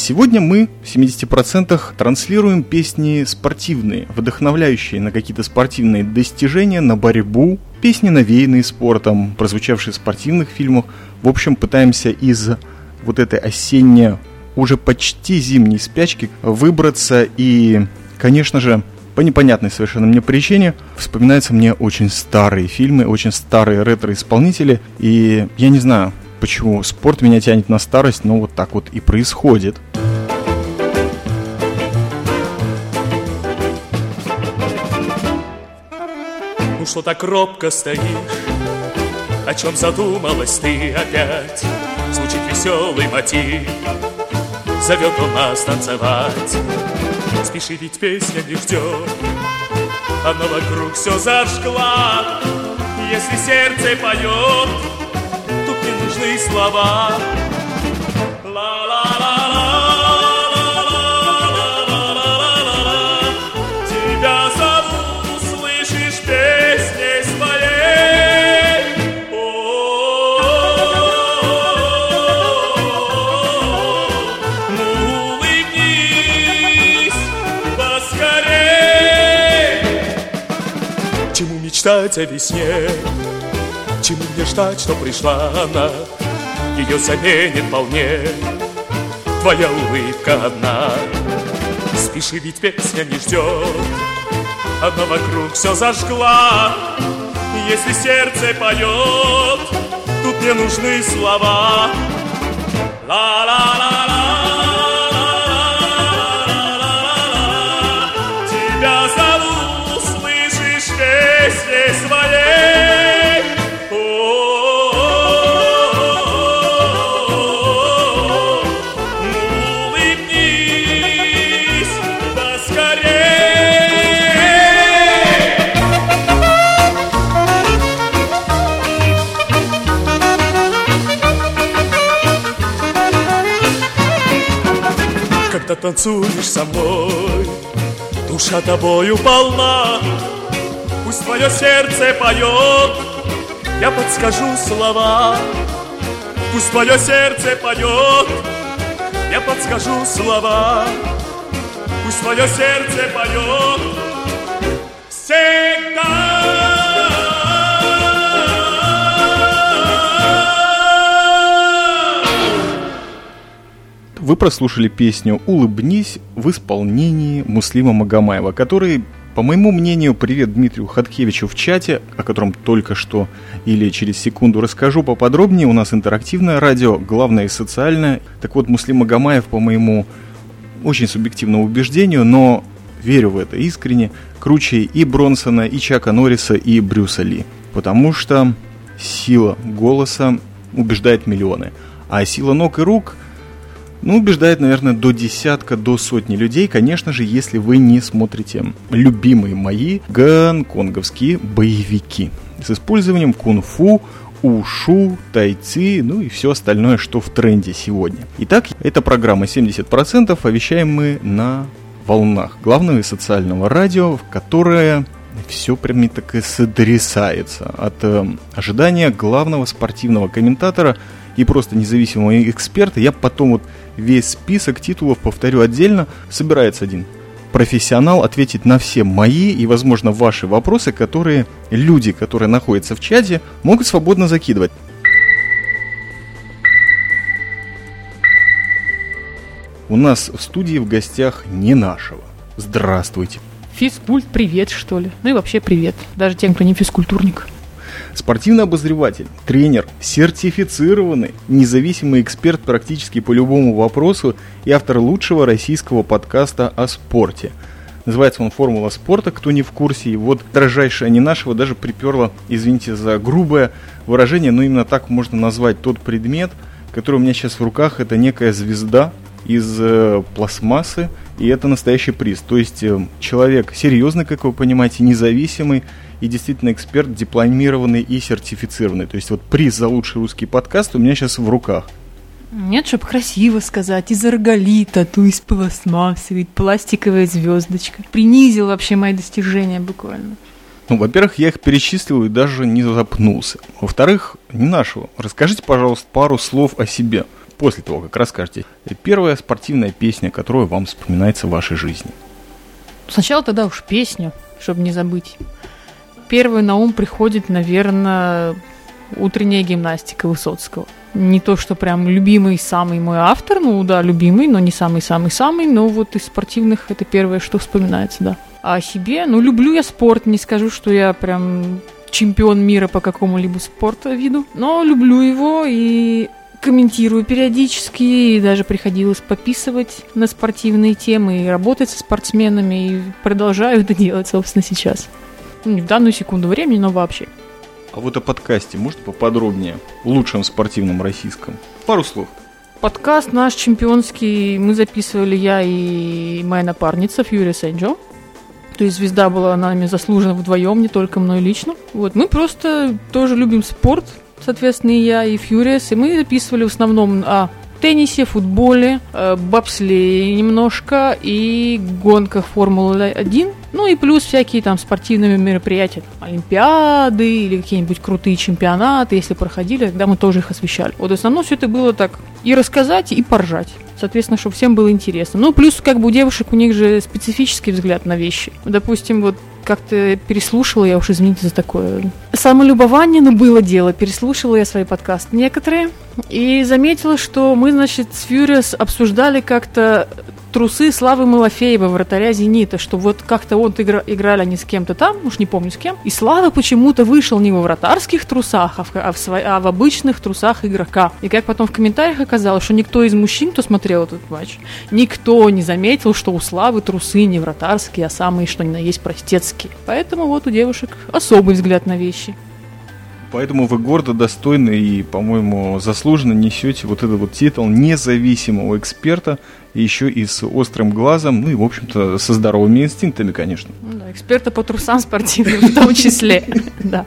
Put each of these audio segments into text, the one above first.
сегодня мы в 70% транслируем песни спортивные, вдохновляющие на какие-то спортивные достижения, на борьбу, песни, навеянные спортом, прозвучавшие в спортивных фильмах. В общем, пытаемся из вот этой осенней, уже почти зимней спячки выбраться. И, конечно же, по непонятной совершенно мне причине вспоминаются мне очень старые фильмы, очень старые ретро-исполнители. И я не знаю, почему спорт меня тянет на старость, но вот так вот и происходит. Ну что так робко стоишь? О чем задумалась ты опять? Звучит веселый мотив, зовет он нас танцевать. Спеши, ведь песня не ждет, она вокруг все зажгла. Если сердце поет, тут не нужны слова. Ла-ла-ла-ла-ла-ла-ла-ла-ла-ла-ла. Тебя зовут, услышишь песни своей. Ну улыбнись поскорей. Чему мечтать о весне? Чему мне ждать, что пришла она? Ее заменит вполне твоя улыбка одна. Спеши, ведь песня не ждет, она вокруг все зажгла. Если сердце поет, тут не нужны слова. Ла-ла-ла-ла-ла-ла-ла-ла-ла. Тебя зовут, услышишь песни своей. Улыбнись поскорей. Когда танцуешь со мной, душа тобою полна. Пусть твое сердце поет, я подскажу слова. Пусть твое сердце поет, я подскажу слова. Пусть твое сердце поет всегда. Вы прослушали песню «Улыбнись» в исполнении Муслима Магомаева, который, по моему мнению, привет Дмитрию Хаткевичу в чате, о котором только что или через секунду расскажу поподробнее. У нас интерактивное радио, главное и социальное. Так вот, Муслим Магомаев, по моему очень субъективному убеждению, но верю в это искренне, круче и Бронсона, и Чака Норриса, и Брюса Ли. Потому что сила голоса убеждает миллионы, а сила ног и рук... убеждает, наверное, до десятка, до сотни людей, конечно же, если вы не смотрите любимые мои гонконговские боевики с использованием кунг-фу, ушу, тайци, ну и все остальное, что в тренде сегодня. Итак, эта программа 70%, а вещаем мы на волнах главного и социального радио, в которое все прям так и сотрясается от ожидания главного спортивного комментатора и просто независимого эксперта. Я потом вот весь список титулов повторю отдельно. Собирается один профессионал ответить на все мои и, возможно, ваши вопросы, которые люди, которые находятся в чате, могут свободно закидывать. У нас в студии в гостях не нашего. Здравствуйте. Физкульт, привет, что ли. Ну и вообще привет. Даже тем, кто не физкультурник. Спортивный обозреватель, тренер, сертифицированный, независимый эксперт практически по любому вопросу и автор лучшего российского подкаста о спорте. Называется он «Формула спорта», кто не в курсе. И вот дорожайшая не нашего даже приперла, извините за грубое выражение, но именно так можно назвать тот предмет, который у меня сейчас в руках. Это некая звезда из пластмассы, и это настоящий приз. То есть человек серьезный, как вы понимаете, независимый и действительно эксперт, дипломированный и сертифицированный. То есть вот приз за лучший русский подкаст у меня сейчас в руках. Нет, чтобы красиво сказать, из арголита, то из пластмассы, пластиковая звездочка. Принизил вообще мои достижения буквально. Ну, во-первых, я их перечислил и даже не запнулся. Во-вторых, не нашего. Расскажите, пожалуйста, пару слов о себе. после того, как расскажете. Первая спортивная песня, которая вам вспоминается в вашей жизни. Сначала тогда уж песню, чтобы не забыть. Первый на ум приходит, наверное, «Утренняя гимнастика» Высоцкого. Не то, что прям любимый самый мой автор, ну да, любимый, но не самый-самый-самый, но вот из спортивных это первое, что вспоминается, да. А о себе, ну, люблю я спорт, не скажу, что я прям чемпион мира по какому-либо спорту-виду, но люблю его и комментирую периодически, и даже приходилось пописывать на спортивные темы и работать со спортсменами, и продолжаю это делать, собственно, сейчас. Не в данную секунду времени, но вообще. А вот о подкасте можно поподробнее? Лучшем спортивном российском. Пару слов. Подкаст наш чемпионский мы записывали я и моя напарница Furious Angel. То есть звезда была нами заслужена вдвоем, не только мной лично. Вот, мы просто тоже любим спорт, соответственно, и я, и Furious. И мы записывали в основном о теннисе, футболе, бобслее немножко и гонках Формулы-1. Ну и плюс всякие там спортивные мероприятия, олимпиады или какие-нибудь крутые чемпионаты, если проходили, тогда мы тоже их освещали. Вот в основном все это было так и рассказать, и поржать. Соответственно, чтобы всем было интересно. Ну, плюс как бы у девушек у них же специфический взгляд на вещи. Допустим, вот как-то переслушала, я уж извините за такое самолюбование, но было дело. Переслушала я свои подкасты некоторые и заметила, что мы, значит, с Furious обсуждали как-то трусы Славы Малафеева, вратаря «Зенита», что вот как-то вот играли они с кем-то там, уж не помню с кем, и Слава почему-то вышел не во вратарских трусах, а в обычных трусах игрока. И как потом в комментариях оказалось, что никто из мужчин, кто смотрел этот матч, никто не заметил, что у Славы трусы не вратарские, а самые, что ни на есть, простецкие. Поэтому вот у девушек особый взгляд на вещи. Поэтому вы гордо, достойно и, по-моему, заслуженно несете вот этот вот титул независимого эксперта, еще и с острым глазом, ну и, в общем-то, со здоровыми инстинктами, конечно. Да, эксперта по трусам спортивным в том числе, да.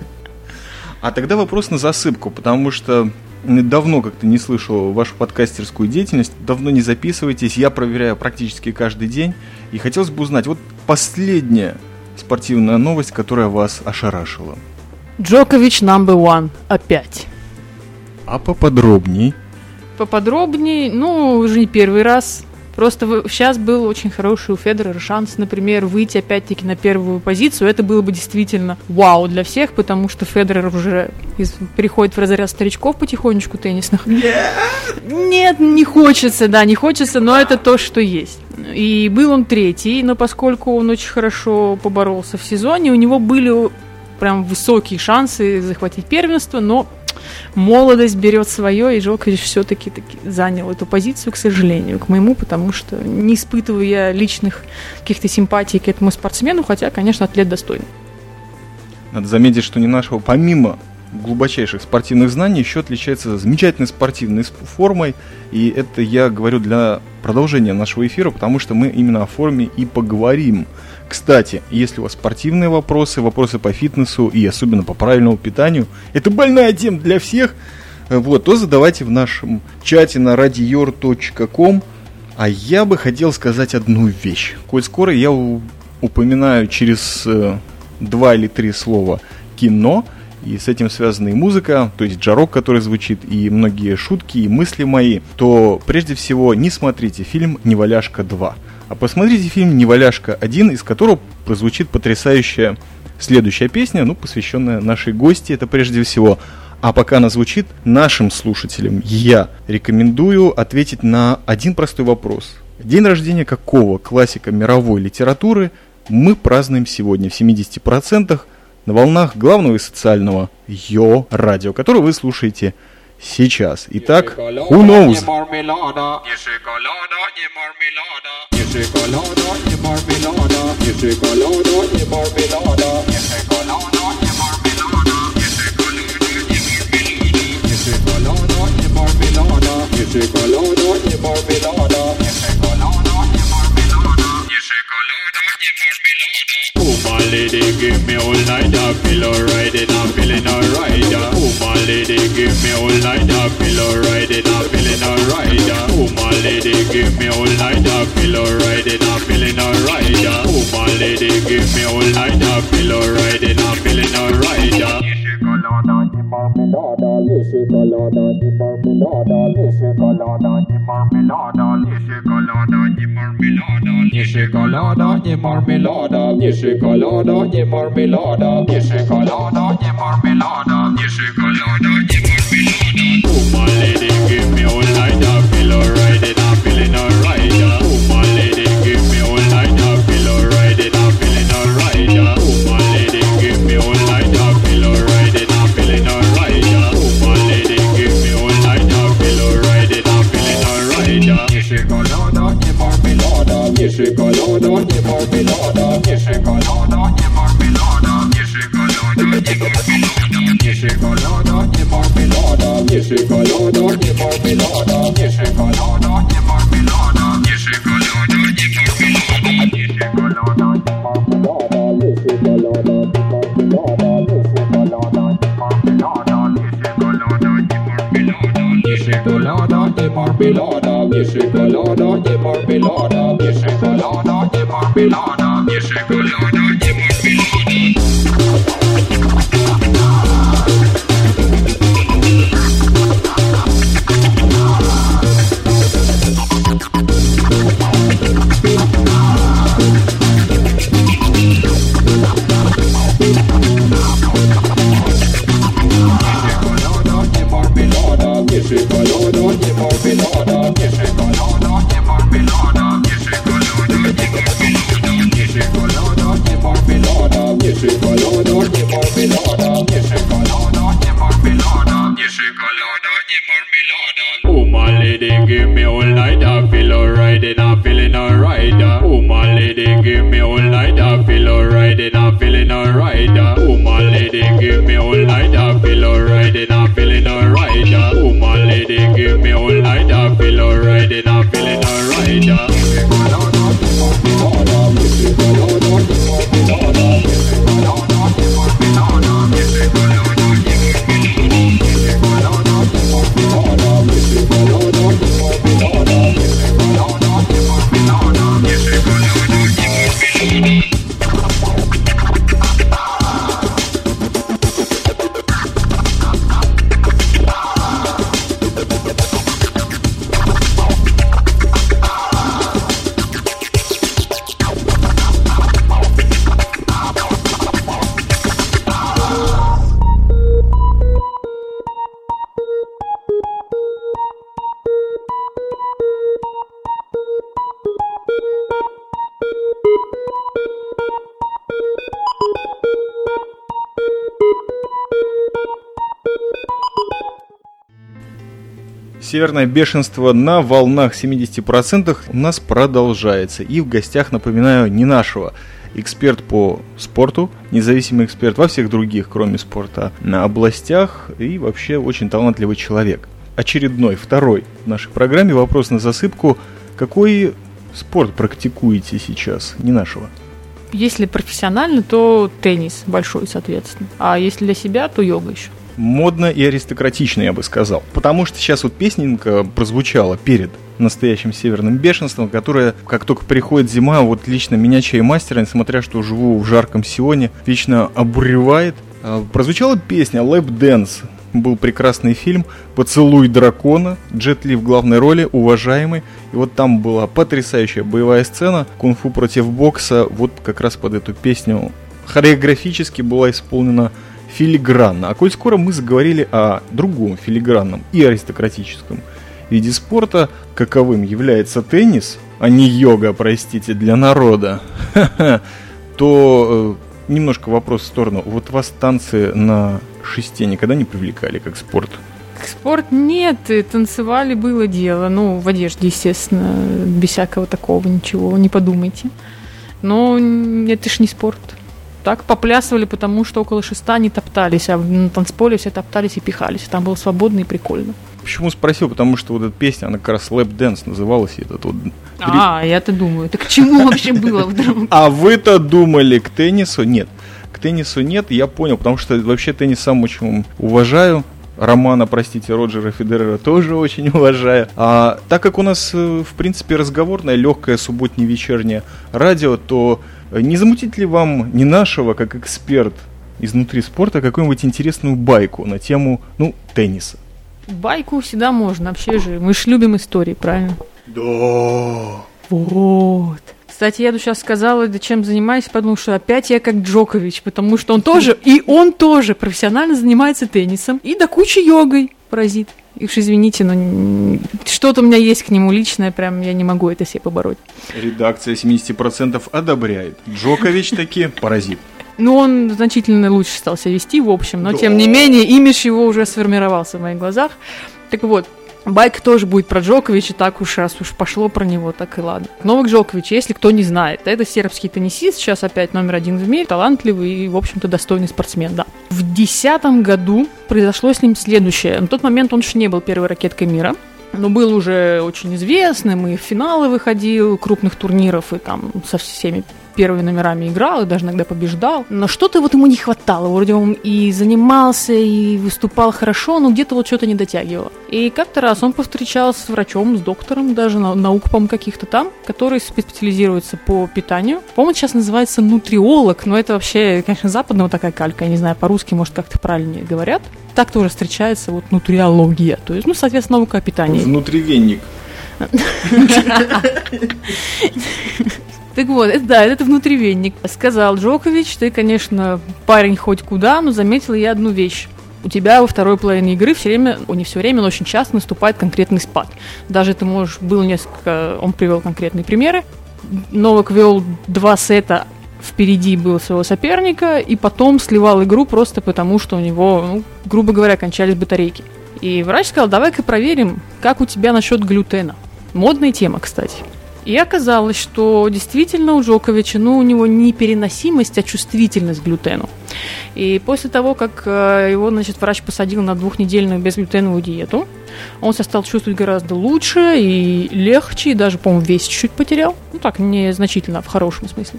А тогда вопрос на засыпку, потому что давно как-то не слышал вашу подкастерскую деятельность, давно не записываетесь, я проверяю практически каждый день, и хотелось бы узнать, вот последняя спортивная новость, которая вас ошарашила. Джокович number one. Опять. А поподробней? Поподробней, ну, уже не первый раз. Просто сейчас был очень хороший у Федерера шанс, например, выйти опять-таки на первую позицию. Это было бы действительно вау для всех, потому что Федерер уже переходит в разряд старичков потихонечку теннисных. Нет, не хочется, да, не хочется, но это то, что есть. И был он третий, но поскольку он очень хорошо поборолся в сезоне, у него были прям высокие шансы захватить первенство, но молодость берет свое, и Джокович все-таки занял эту позицию, к сожалению, к моему, потому что не испытываю я личных каких-то симпатий к этому спортсмену, хотя, конечно, атлет достойный. Надо заметить, что не нашего, помимо глубочайших спортивных знаний, еще отличается замечательной спортивной формой, и это я говорю для продолжения нашего эфира, потому что мы именно о форме и поговорим. Кстати, если у вас спортивные вопросы, вопросы по фитнесу и особенно по правильному питанию, это больная тема для всех, вот, то задавайте в нашем чате на radior.com. А я бы хотел сказать одну вещь. Коль скоро я упоминаю через 2 или 3 слова кино, и с этим связана и музыка, то есть джарок, который звучит, и многие шутки, и мысли мои, то прежде всего не смотрите фильм «Неваляшка 2», а посмотрите фильм «Неваляшка 1», из которого прозвучит потрясающая следующая песня, ну, посвященная нашей гости, это прежде всего. А пока она звучит, нашим слушателям я рекомендую ответить на один простой вопрос. День рождения какого классика мировой литературы мы празднуем сегодня в 70% на волнах главного и социального Йо-радио, которое вы слушаете сейчас. Итак, who knows? Lady, give me all night, I feel alright, and I'm feeling alright. Oh, my lady, give me all night, I feel alright, and I'm feeling alright. Oh my lady, give me all night, I feel alright, and I'm feeling alright. Oh my lady, give me all night, I feel alright, and I'm feeling alright. Nie czekolada, nie marmelada, nie czekolada, nie marmelada, nie czekolada, nie marmelada, nie czekolada, nie marmelada. Oh my lady, give me all night, I feel alright, and I'm feeling alright. Oh my lady, give me all night, I feel alright, and I'm feeling alright. Oh my lady, give me all night, I feel alright, and I'm feeling alright. Oh my lady, give me all night, I feel alright, and I'm feeling alright. Nie czekolada, nie marmelada, nie czekolada, nie marmelada, nie czekolada, nie marmelada, nie czekolada, nie marmelada, nie czekolada, nie marmelada, nie czekolada, nie marmelada, nie czekolada, nie marmelada, nie czekolada, nie marmelada, nie czekolada, nie marmelada, nie czekolada, nie marmelada, nie marmelada, nie czekolada, nie marmelada, nie czekolada, nie marmelada, nie czekolada, nie Oh my lady, give me all night, I feel alright, and I'm feeling alright. Oh my lady, give me all night, I feel alright, and I'm feeling alright. Oh my lady, give me all night, I feel alright, and I'm feeling alright. Oh my lady, give me all night, I feel alright, and I'm feeling alright. Северное бешенство на волнах 70% у нас продолжается. И в гостях, напоминаю, не нашего. Эксперт по спорту, независимый эксперт во всех других, кроме спорта, на областях и вообще очень талантливый человек. Очередной, второй в нашей программе вопрос на засыпку. Какой спорт практикуете сейчас, не нашего? Если профессионально, то теннис большой, соответственно. А если для себя, то йога еще. Модно и аристократично, я бы сказал. Потому что сейчас вот песненька прозвучала перед настоящим северным бешенством, которое, как только приходит зима, вот лично меня, чаймастера, несмотря что живу в жарком Сионе, вечно обуревает. Прозвучала песня «Lap Dance». Был прекрасный фильм «Поцелуй дракона», Джет Ли в главной роли, уважаемый. И вот там была потрясающая боевая сцена, кунг-фу против бокса. Вот как раз под эту песню хореографически была исполнена филигранно. А коль скоро мы заговорили о другом филигранном и аристократическом виде спорта, каковым является теннис, а не йога, простите, для народа, то немножко вопрос в сторону. Вот вас танцы на шесте никогда не привлекали как спорт? Спорт нет, танцевали было дело. Ну, в одежде, естественно, без всякого такого ничего, не подумайте. Но это ж не спорт. Так поплясывали, потому что около шеста не топтались, а на танцполе все топтались и пихались. Там было свободно и прикольно. Почему спросил? Потому что вот эта песня, она как раз «Lap Dance» называлась. И этот вот... я-то думаю, это к чему вообще было вдруг? А вы-то думали к теннису? Нет. К теннису нет, я понял, потому что вообще теннис сам очень уважаю. Романа, простите, Роджера Федерера тоже очень уважаю. А так как у нас, в принципе, разговорное, легкое субботне-вечернее радио, то не замутить ли вам, не нашего, как эксперт изнутри спорта, какую-нибудь интересную байку на тему, тенниса? Байку всегда можно, вообще же. Мы ж любим истории, правильно? Да. Вот. Кстати, я тут сейчас сказала, да чем занимаюсь, потому что опять я как Джокович, потому что он тоже профессионально занимается теннисом и до кучи йогой, паразит. И уж извините, но что-то у меня есть к нему личное, прям я не могу это себе побороть. Редакция 70% одобряет. Джокович таки паразит. Ну, он значительно лучше стал себя вести, в общем, но тем не менее, имидж его уже сформировался в моих глазах. Так вот, байка тоже будет про Джоковича, так уж раз уж пошло про него, так и ладно. Новак Джокович, если кто не знает, это сербский теннисист, сейчас опять номер 1 в мире, талантливый и, в общем-то, достойный спортсмен, да. В 2010 году произошло с ним следующее. На тот момент он еще не был первой ракеткой мира, но был уже очень известным, и в финалы выходил крупных турниров, и там со всеми первыми номерами играл, и даже иногда побеждал. Но что-то вот ему не хватало. Вроде он и занимался, и выступал хорошо, но где-то вот что-то не дотягивало. И как-то раз он повстречался с врачом, с доктором, даже наук, по-моему, каких-то там, который специализируется по питанию. По-моему, сейчас называется нутриолог, но это вообще, конечно, западного такая калька. Я не знаю, по-русски, может, как-то правильнее говорят. Так тоже встречается вот нутриология. То есть, соответственно, наука о питании. Внутривенник. Так вот, это внутривенник. Сказал Джокович, ты, конечно, парень хоть куда, но заметила я одну вещь. У тебя во второй половине игры не все время, но очень часто наступает конкретный спад. Даже ты было несколько, он привел конкретные примеры. Новак вел 2 сета, впереди был своего соперника, и потом сливал игру просто потому, что у него, грубо говоря, кончались батарейки. И врач сказал, давай-ка проверим, как у тебя насчет глютена. Модная тема, кстати. И оказалось, что действительно у Джоковича, у него не переносимость, а чувствительность к глютену. И после того, как его, врач посадил на 2-недельную безглютеновую диету, он себя стал чувствовать гораздо лучше и легче, и даже, по-моему, вес чуть-чуть потерял. Так, не значительно, а в хорошем смысле.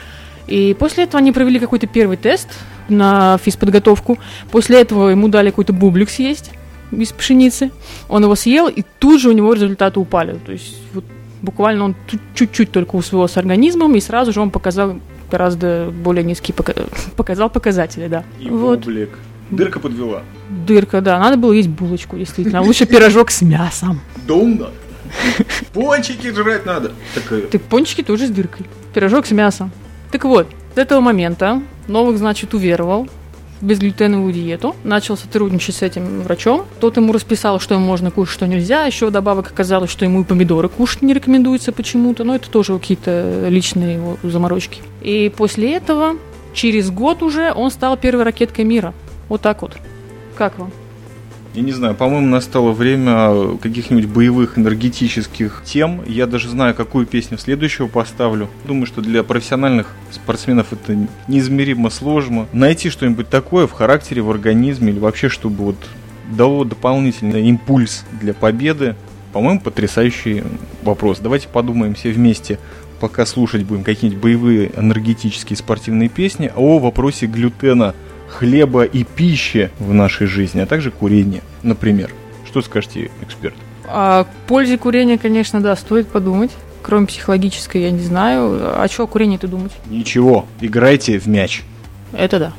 И после этого они провели какой-то первый тест на физподготовку. После этого ему дали какой-то бублик съесть из пшеницы. Он его съел, и тут же у него результаты упали. То есть вот буквально он чуть-чуть только усвоил с организмом, и сразу же он показал гораздо более низкие показатели, да. И бублик. Дырка подвела. Дырка, да. Надо было есть булочку, действительно. А лучше пирожок с мясом. Донат. Пончики жрать надо. Так пончики тоже с дыркой. Пирожок с мясом. Так вот, с этого момента Новак, уверовал в безглютеновую диету, начал сотрудничать с этим врачом. Тот ему расписал, что ему можно кушать, что нельзя. Еще вдобавок оказалось, что ему и помидоры кушать не рекомендуется почему-то. Но это тоже какие-то личные его заморочки. И после этого, через год уже, он стал первой ракеткой мира. Вот так вот. Как вам? Я не знаю, по-моему, настало время каких-нибудь боевых энергетических тем. Я даже знаю, какую песню следующего поставлю. Думаю, что для профессиональных спортсменов это неизмеримо сложно. Найти что-нибудь такое в характере, в организме, или вообще, чтобы дало дополнительный импульс для победы. По-моему, потрясающий вопрос. Давайте подумаем все вместе, пока слушать будем какие-нибудь боевые энергетические спортивные песни, о вопросе глютена, хлеба и пищи в нашей жизни, а также курения, например. Что скажете, эксперт? О пользе курения, конечно, да, стоит подумать. Кроме психологической, я не знаю. А что о курении-то думать? Ничего, играйте в мяч. Это да.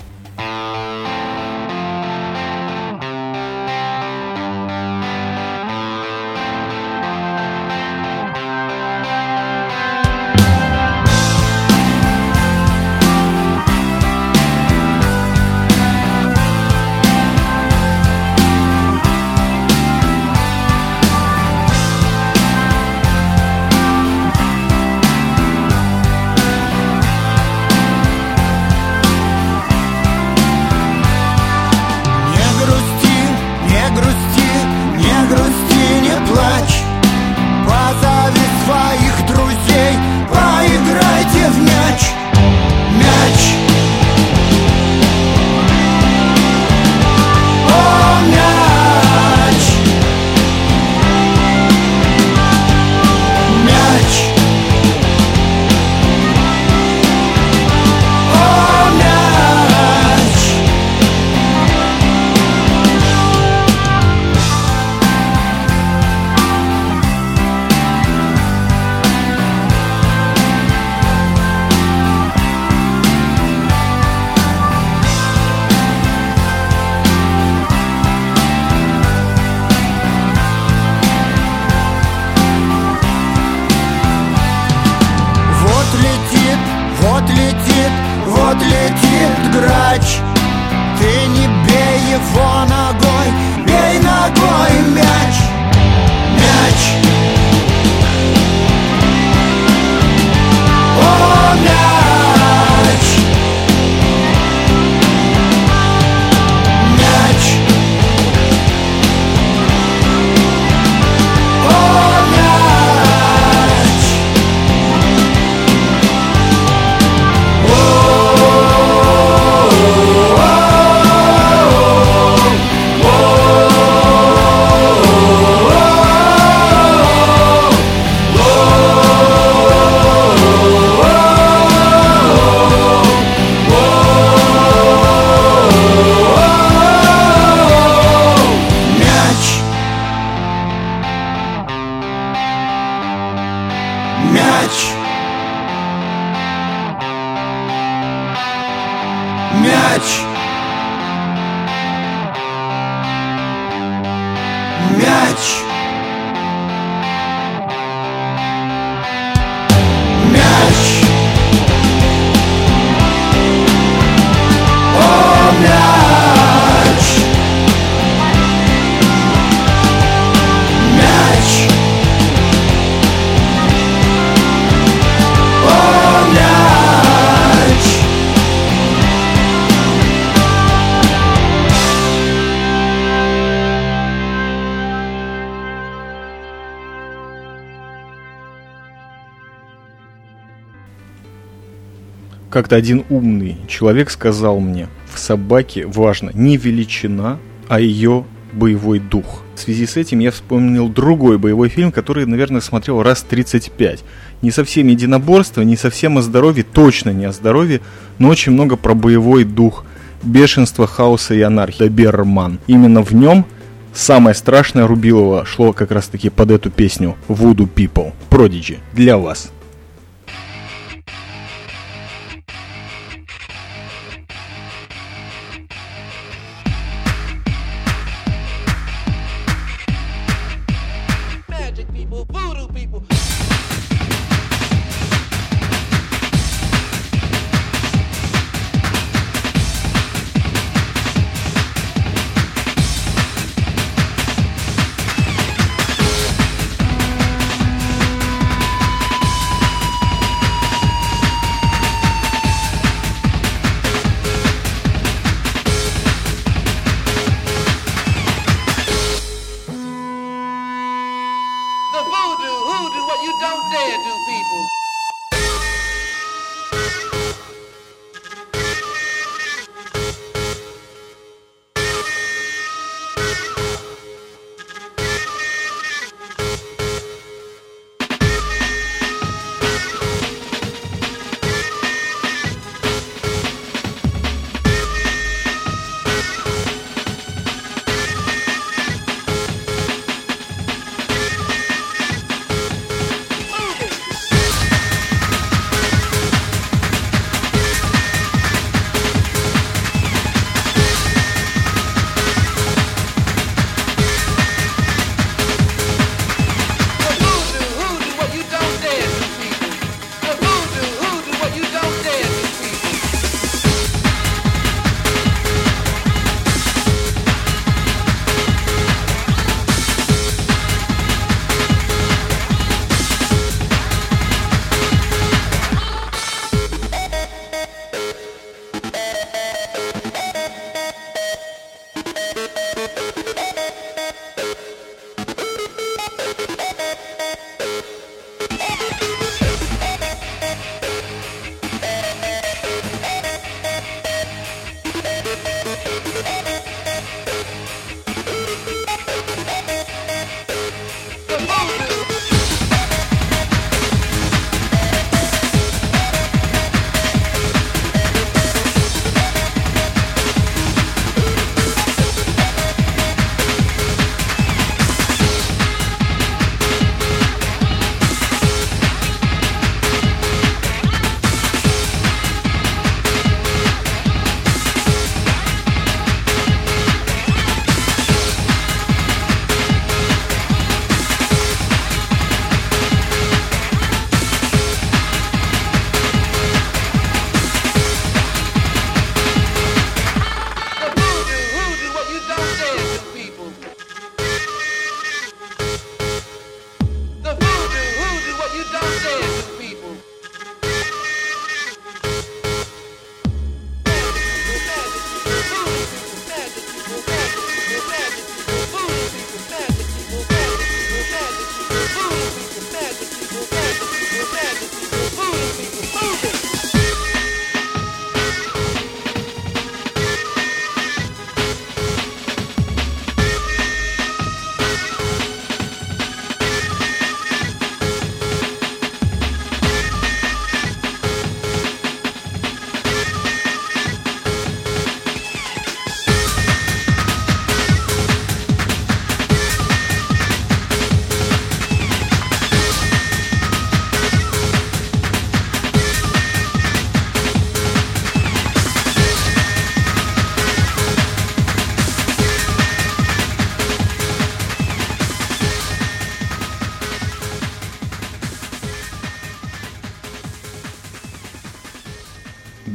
мяч. Ты не бей его ногой, бей ногой мяч. Мяч. О, мяч. Мяч. О, мяч. Мяч. Мяч. Мяч. О, мяч. Мяч. О, мяч. Как-то один умный человек сказал мне, в собаке важно не величина, а ее боевой дух. В связи с этим я вспомнил другой боевой фильм, который, наверное, смотрел раз 35. Не совсем единоборство, не совсем о здоровье, точно не о здоровье, но очень много про боевой дух, бешенство, хаоса и анархии. Доберман. Именно в нем самое страшное Рубилово шло как раз таки под эту песню Voodoo People. Prodigy. Для вас.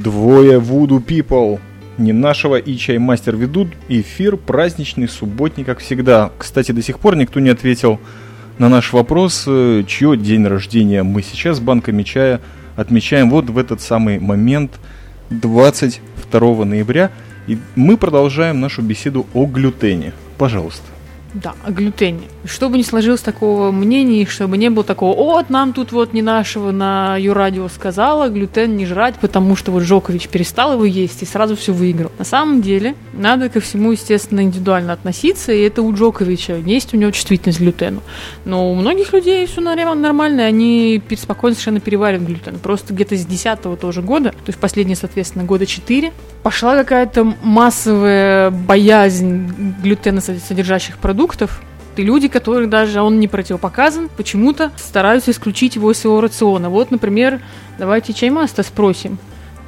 Двое Voodoo People. Не нашего и Чаймастер ведут эфир праздничный, субботний, как всегда. Кстати, до сих пор никто не ответил на наш вопрос, чье день рождения мы сейчас с банками чая отмечаем вот в этот самый момент, 22 ноября. И мы продолжаем нашу беседу о глютене. Пожалуйста. Да, о глютене. Чтобы не сложилось такого мнения, чтобы не было такого, вот нам тут вот не нашего на Юрадио сказала глютен не жрать, потому что вот Джокович перестал его есть и сразу все выиграл. На самом деле, надо ко всему, естественно, индивидуально относиться, и это у Джоковича есть у него чувствительность к глютену. Но у многих людей все нормально, они спокойно совершенно переваривают глютен. Просто где-то с 10-го тоже года, то есть последние, соответственно, года 4, пошла какая-то массовая боязнь глютеносодержащих продуктов, и люди, которых даже он не противопоказан, почему-то стараются исключить его из своего рациона. Вот, например, давайте Чаймаста спросим.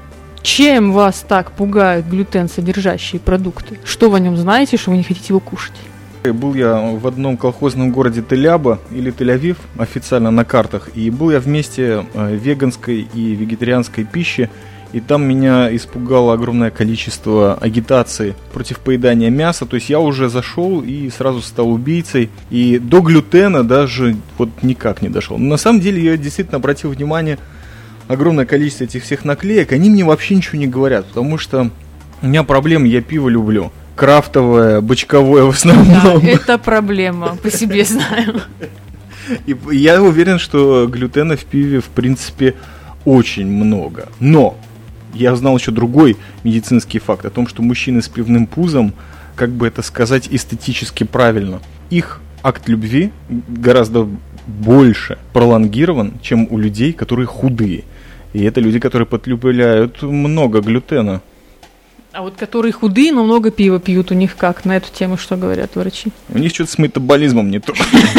Чем вас так пугают глютен-содержащие продукты? Что вы о нем знаете, что вы не хотите его кушать? Был я в одном колхозном городе Тель-Аба или Тель-Авив, официально на картах, и был я в месте веганской и вегетарианской пищи, и там меня испугало огромное количество агитации против поедания мяса. То есть я уже зашел и сразу стал убийцей. И до глютена даже вот никак не дошел. Но на самом деле я действительно обратил внимание, огромное количество этих всех наклеек, они мне вообще ничего не говорят. Потому что у меня проблема, я пиво люблю. Крафтовое, бочковое в основном. Да, это проблема, по себе знаю. И я уверен, что глютена в пиве в принципе очень много. Но я узнал еще другой медицинский факт о том, что мужчины с пивным пузом, как бы это сказать эстетически правильно, их акт любви гораздо больше пролонгирован, чем у людей, которые худые. И это люди, которые потребляют много глютена. А вот которые худые, но много пива пьют, у них как? На эту тему что говорят врачи? У них что-то с метаболизмом не то.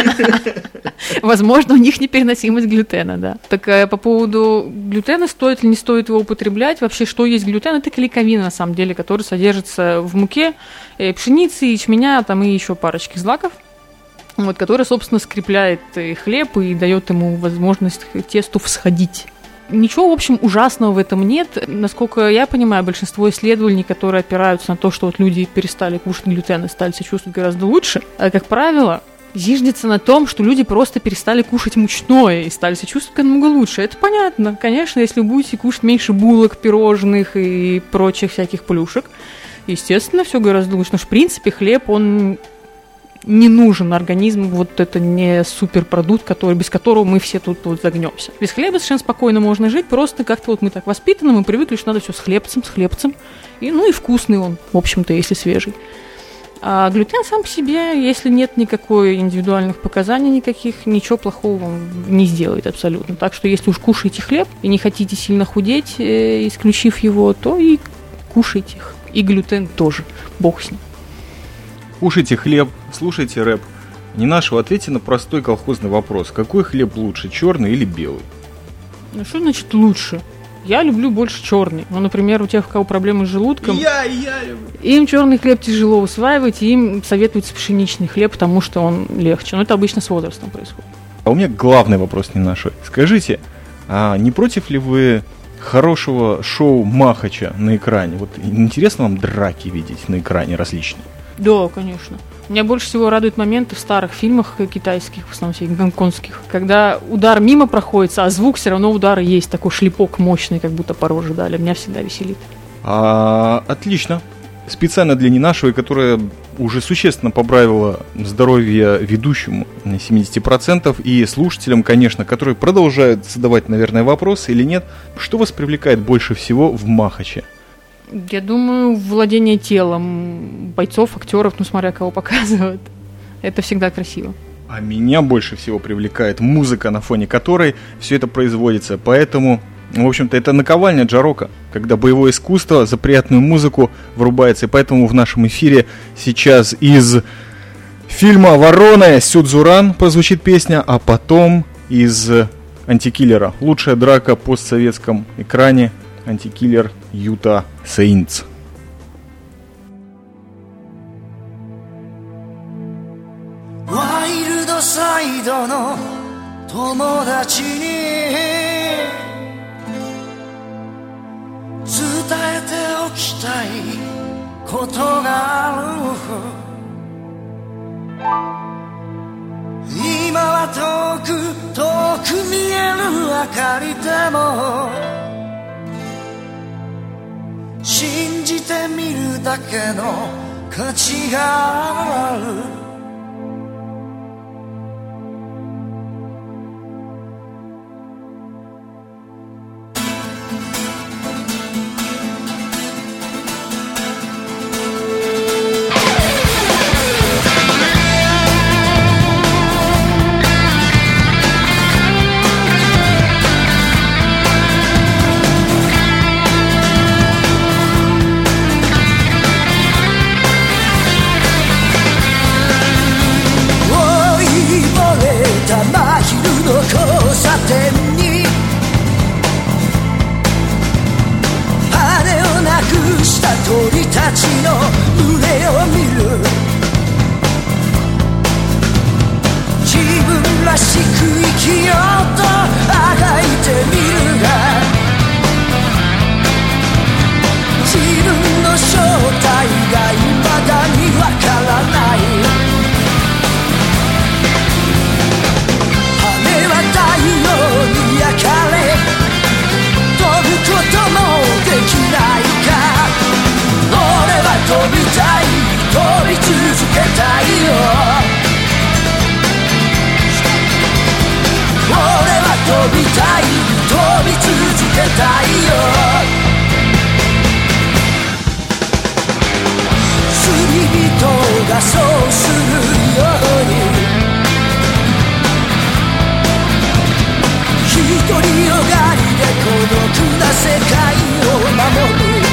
Возможно, у них непереносимость глютена, да. Так по поводу глютена, стоит или не стоит его употреблять, вообще что есть глютен? Это клейковина, на самом деле, которая содержится в муке, пшеницы, ячменя, там и еще парочки злаков, вот, которая, собственно, скрепляет хлеб и дает ему возможность тесту всходить. Ничего, в общем, ужасного в этом нет. Насколько я понимаю, большинство исследований, которые опираются на то, что вот люди перестали кушать глютен и стали себя чувствовать гораздо лучше, как правило, зиждется на том, что люди просто перестали кушать мучное и стали себя чувствовать намного лучше. Это понятно. Конечно, если вы будете кушать меньше булок, пирожных и прочих всяких плюшек, естественно, все гораздо лучше. Но, в принципе, хлеб, он не нужен организму, вот это не суперпродукт, без которого мы все тут вот загнемся. Без хлеба совершенно спокойно можно жить, просто как-то вот мы так воспитаны, мы привыкли, что надо все с хлебцем, и, ну и вкусный он, в общем-то, если свежий. А глютен сам по себе, если нет никакой индивидуальных показаний никаких, ничего плохого вам не сделает абсолютно. Так что если уж кушаете хлеб и не хотите сильно худеть, исключив его, то и кушайте их. И глютен тоже, бог с ним. Кушайте хлеб, слушайте рэп. Не нашего, ответьте на простой колхозный вопрос. Какой хлеб лучше, черный или белый? Ну что значит лучше? Я люблю больше черный. Ну, например, у тех, у кого проблемы с желудком, Я люблю. им черный хлеб тяжело усваивать, и им советуется пшеничный хлеб, потому что он легче. Но это обычно с возрастом происходит. А у меня главный вопрос не нашой. Скажите, а не против ли вы хорошего шоу Махача на экране? Вот интересно вам драки видеть на экране различные? Да, конечно. Меня больше всего радуют моменты в старых фильмах китайских, в основном всяких гонконгских, когда удар мимо проходится, а звук все равно удара есть, такой шлепок мощный, как будто по роже дали. Меня всегда веселит. Отлично. Специально для ненашевой, которая уже существенно поправила здоровье ведущему на 70% и слушателям, конечно, которые продолжают задавать, наверное, вопросы или нет. Что вас привлекает больше всего в Махаче? Я думаю, владение телом бойцов, актеров, ну смотря кого показывают. Это всегда красиво. А меня больше всего привлекает музыка, на фоне которой все это производится. Поэтому, в общем-то, это наковальня Джарока, когда боевое искусство за приятную музыку врубается. И поэтому в нашем эфире сейчас из фильма «Ворона» Сюдзуран прозвучит песня, а потом из «Антикиллера». Лучшая драка в постсоветском экране. Антикиллер Юта Сейнтс. Wild side の友達にえておきたいことがある。今は遠く見える明かりでも信じてみるだけの価値がある。鳥たちの群れを見る。自分らしく生きようとあがいてみるが、自分の正体が未だにわからない。羽は太陽に焼かれ飛ぶこともできないか。俺は飛びたい、飛び続けたいよ。俺は飛びたい、飛び続けたいよ。釣り人がそうするように、独りよがりで孤独な世界を守る。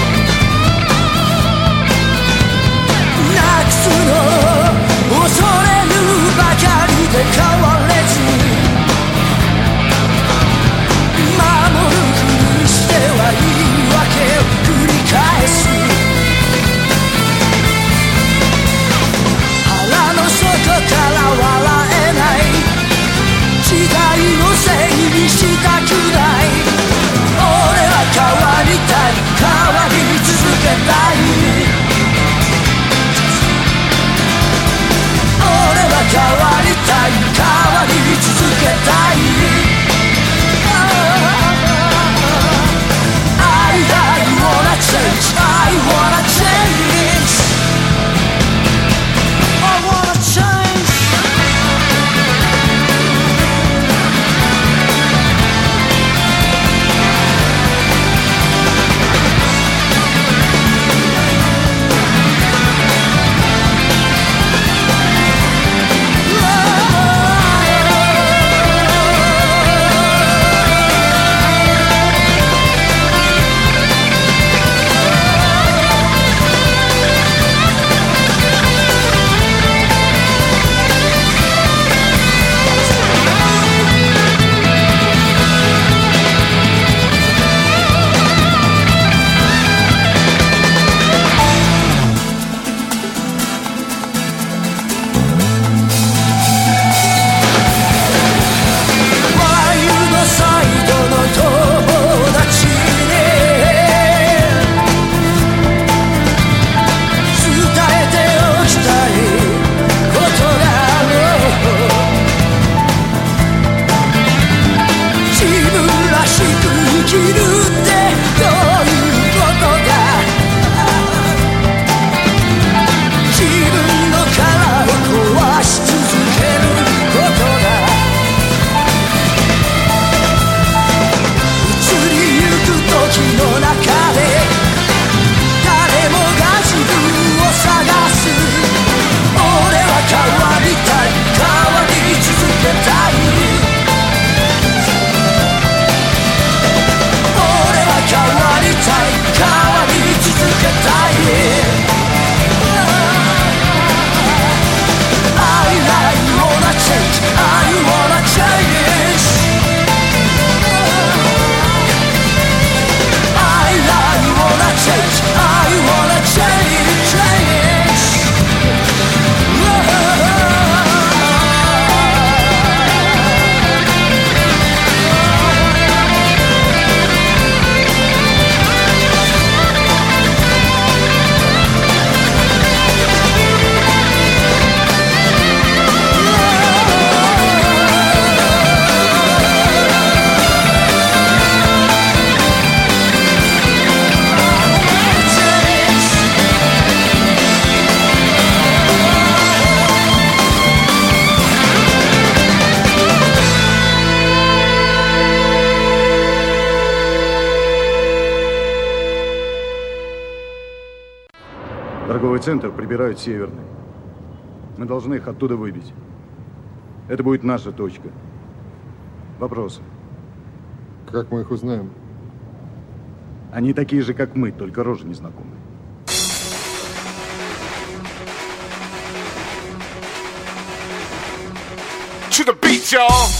なくすの恐れぬばかりで変われず、守るふりしては言い訳を繰り返す。 торговый центр прибирают Северный. Мы должны их оттуда выбить. Это будет наша точка. Вопросы? Как мы их узнаем? Они такие же, как мы, только рожи незнакомые. To the beat, y'all.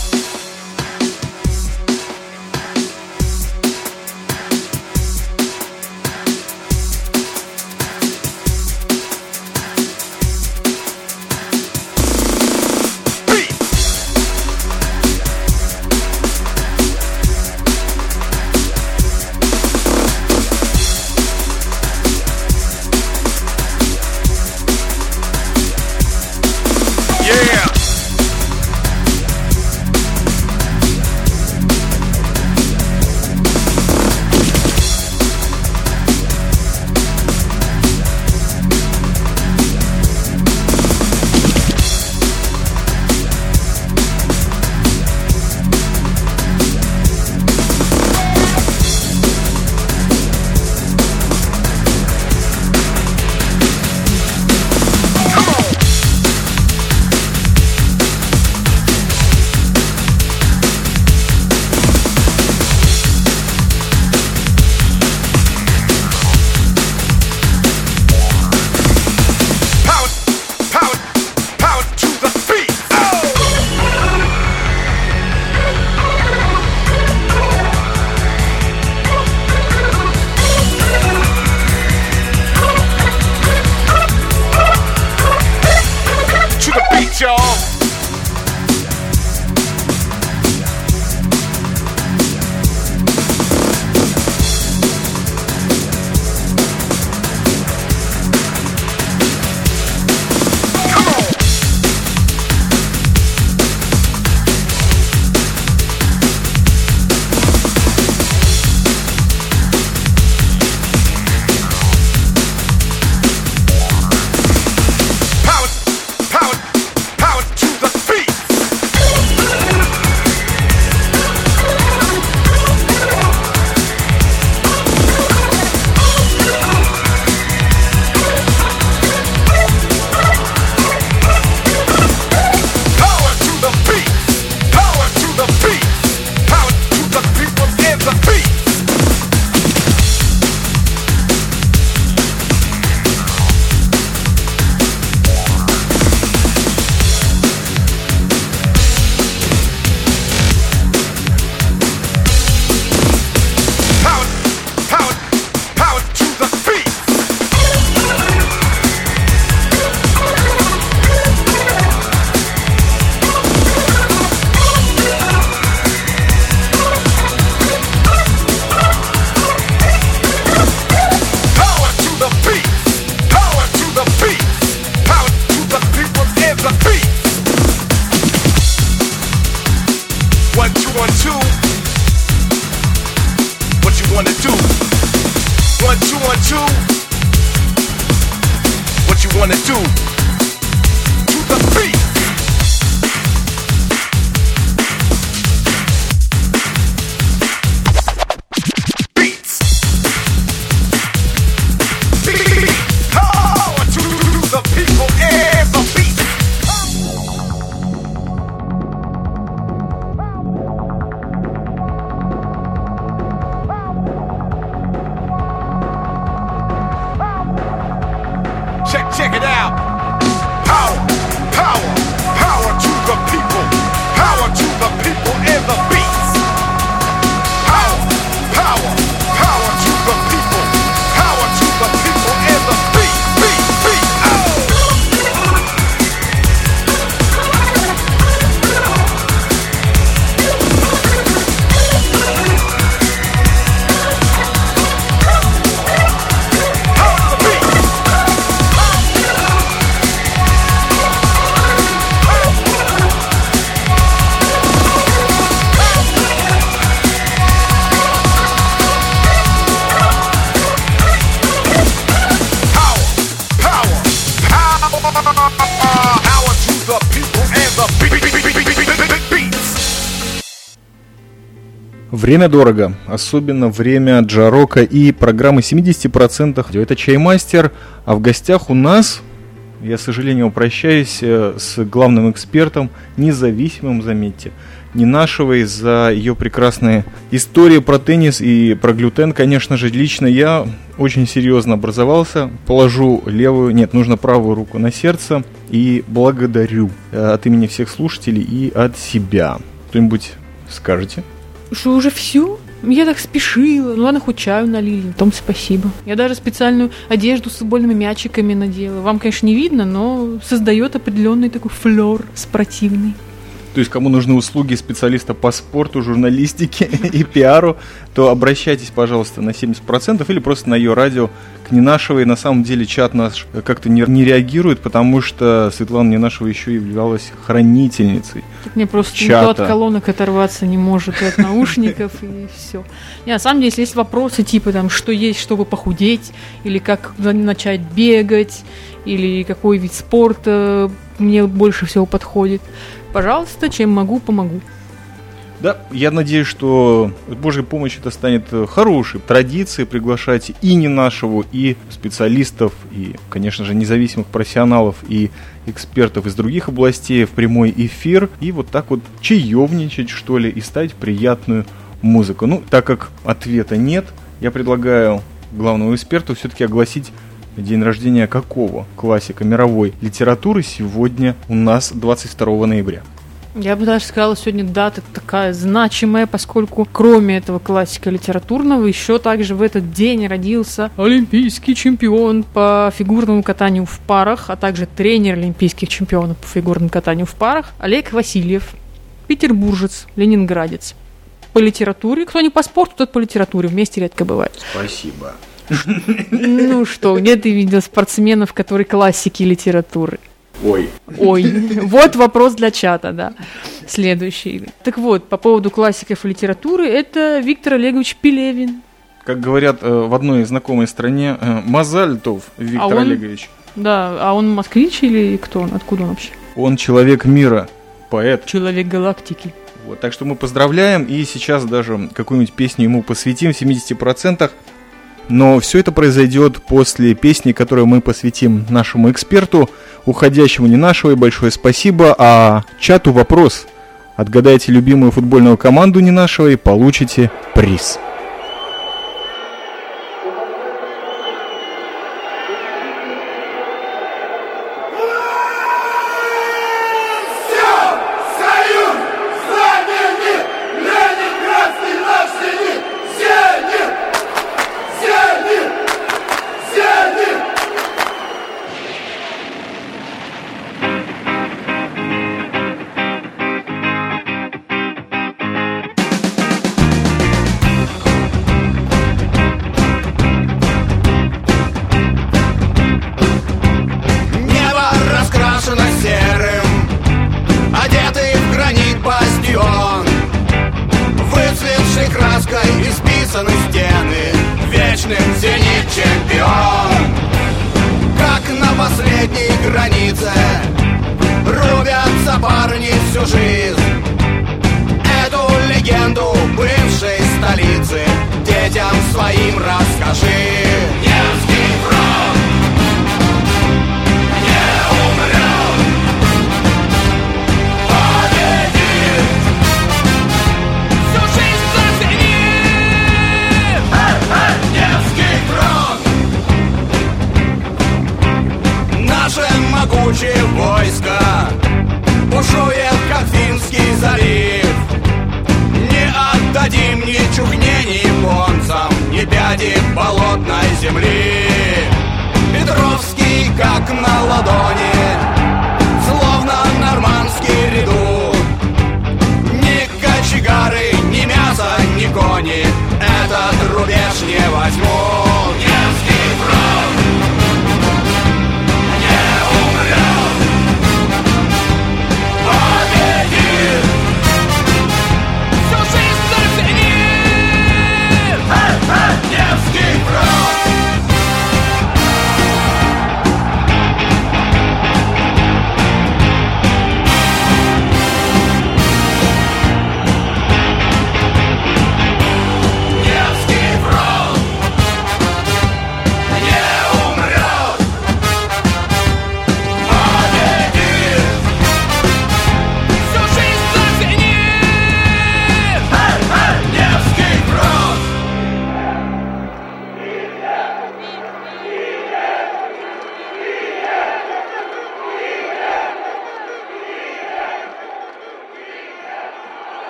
Check it out. Power, power, power to the people. Power to the people and the beats. Power, power, power to the people. Power to the people and the beat, beat, beat. Power to the beat. Время дорого, особенно время Джарока и программы 70%. Это Чаймастер, а в гостях у нас, я, к сожалению, прощаюсь с главным экспертом, независимым, заметьте, Нинашевой, за ее прекрасные истории про теннис и про глютен. Конечно же, лично я очень серьезно образовался, положу нужно правую руку на сердце и благодарю от имени всех слушателей и от себя. Кто-нибудь скажете? Что, уже все? Я так спешила. Ну ладно, хоть чаю налили. Том спасибо. Я даже специальную одежду с футбольными мячиками надела. Вам, конечно, не видно, но создает определенный такой флёр спортивный. То есть, кому нужны услуги специалиста по спорту, журналистике и пиару, то обращайтесь, пожалуйста, на 70% или просто на ее радио к Нинашевой. На самом деле чат наш как-то не реагирует, потому что Светлана Нинашева еще являлась хранительницей мне просто чата. никто от колонок оторваться не может, и от наушников, и все. На самом деле, если есть вопросы типа там, что есть, чтобы похудеть, или как начать бегать, или какой вид спорта мне больше всего подходит, пожалуйста, чем могу, помогу. Да, я надеюсь, что с Божьей помощью это станет хорошей традицией приглашать и Нинашеву, и специалистов, и, конечно же, независимых профессионалов и экспертов из других областей в прямой эфир, и вот так вот чаевничать, что ли, и ставить приятную музыку. Ну, так как ответа нет, я предлагаю главному эксперту все-таки огласить день рождения какого классика мировой литературы сегодня у нас 22 ноября. Я бы даже сказала, сегодня дата такая значимая, поскольку кроме этого классика литературного, еще также в этот день родился олимпийский чемпион по фигурному катанию в парах, а также тренер олимпийских чемпионов по фигурному катанию в парах Олег Васильев, петербуржец, ленинградец. По литературе, кто не по спорту, тот по литературе, вместе редко бывает. Спасибо. Ну что, где ты видел спортсменов, которые классики литературы? Ой, вот вопрос для чата, да. Следующий. Так вот, по поводу классиков литературы, это Виктор Олегович Пелевин. Как говорят в одной знакомой стране, Мазальтов Виктор Олегович. Да, а он москвич или кто он? Откуда он вообще? Он человек мира, поэт. Человек галактики. Вот, так что мы поздравляем, и сейчас даже какую-нибудь песню ему посвятим в 70%. Но все это произойдет после песни, которую мы посвятим нашему эксперту, уходящему Нинашевой. Большое спасибо. А чату вопрос. Отгадайте любимую футбольную команду Нинашевой, получите приз. Болотной земли.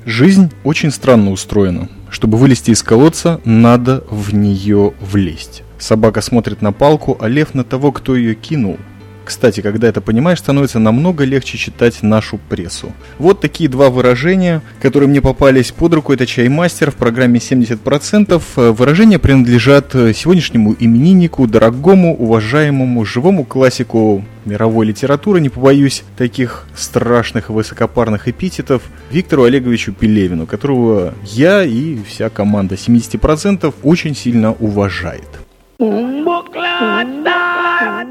Жизнь очень странно устроена. Чтобы вылезти из колодца, надо в нее влезть. Собака смотрит на палку, а лев на того, кто ее кинул. Кстати, когда это понимаешь, становится намного легче читать нашу прессу. Вот такие два выражения, которые мне попались под руку. Это «Чаймастер» в программе 70%. Выражения принадлежат сегодняшнему имениннику, дорогому, уважаемому, живому классику мировой литературы, не побоюсь таких страшных и высокопарных эпитетов, Виктору Олеговичу Пелевину, которого я и вся команда 70% очень сильно уважает. Buklatan